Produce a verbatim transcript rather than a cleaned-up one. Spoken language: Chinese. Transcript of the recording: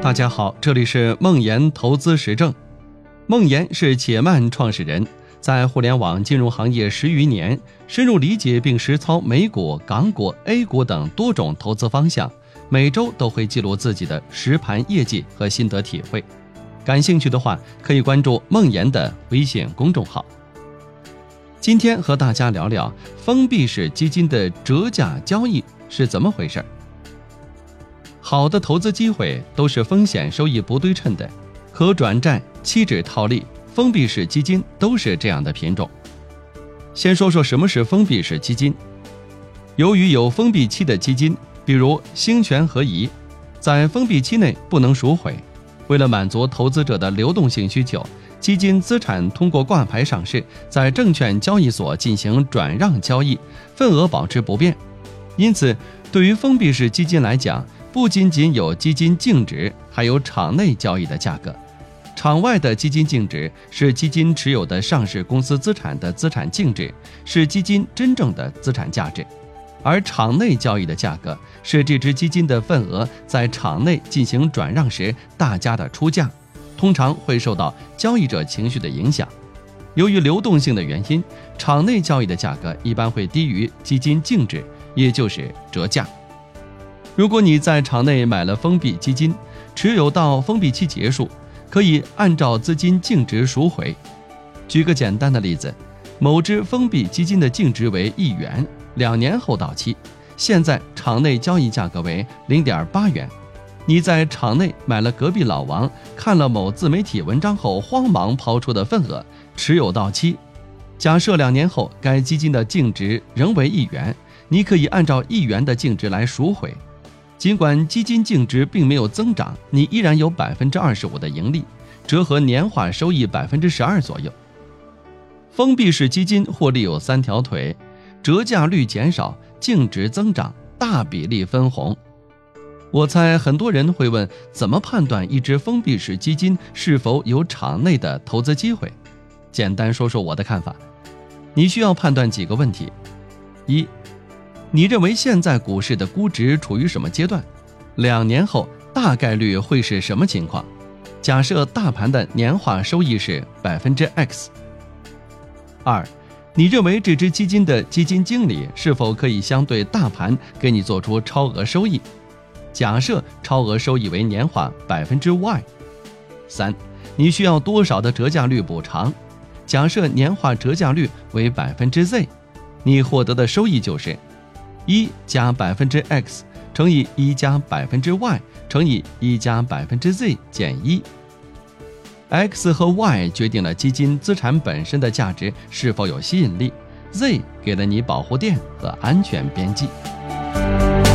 大家好，这里是梦岩投资实证。梦岩是且慢创始人，在互联网金融行业十余年，深入理解并实操美股、港股、A 股等多种投资方向，每周都会记录自己的实盘业绩和心得体会。感兴趣的话，可以关注梦岩的微信公众号。今天和大家聊聊封闭式基金的折价交易是怎么回事。好的投资机会都是风险收益不对称的，可转债、期指套利、封闭式基金都是这样的品种。先说说什么是封闭式基金。由于有封闭期的基金，比如兴权合宜，在封闭期内不能赎回，为了满足投资者的流动性需求，基金资产通过挂牌上市，在证券交易所进行转让交易，份额保持不变。因此，对于封闭式基金来讲，不仅仅有基金净值，还有场内交易的价格。场外的基金净值是基金持有的上市公司资产的资产净值，是基金真正的资产价值。而场内交易的价格是这只基金的份额在场内进行转让时大家的出价，通常会受到交易者情绪的影响。由于流动性的原因，场内交易的价格一般会低于基金净值，也就是折价。如果你在场内买了封闭基金，持有到封闭期结束，可以按照资金净值赎回。举个简单的例子，某只封闭基金的净值为一元，两年后到期，现在场内交易价格为 零点八元。你在场内买了隔壁老王看了某自媒体文章后慌忙抛出的份额，持有到期。假设两年后该基金的净值仍为一元，你可以按照一元的净值来赎回。尽管基金净值并没有增长，你依然有 百分之二十五 的盈利，折合年化收益 百分之十二 左右。封闭式基金获利有三条腿：折价率减少、净值增长、大比例分红。我猜很多人会问，怎么判断一只封闭式基金是否有场内的投资机会？简单说说我的看法。你需要判断几个问题：一、你认为现在股市的估值处于什么阶段？两年后大概率会是什么情况？假设大盘的年化收益是 百分之 X。 二、你认为这只基金的基金经理是否可以相对大盘给你做出超额收益？假设超额收益为年化 百分之 Y。 三、你需要多少的折价率补偿？假设年化折价率为 百分之 Z， 你获得的收益就是一加 百分之 X 乘以一加 百分之 Y 乘以一加 百分之 Z 减一。 X 和 Y 决定了基金资产本身的价值是否有吸引力， Z 给了你保护垫和安全边际。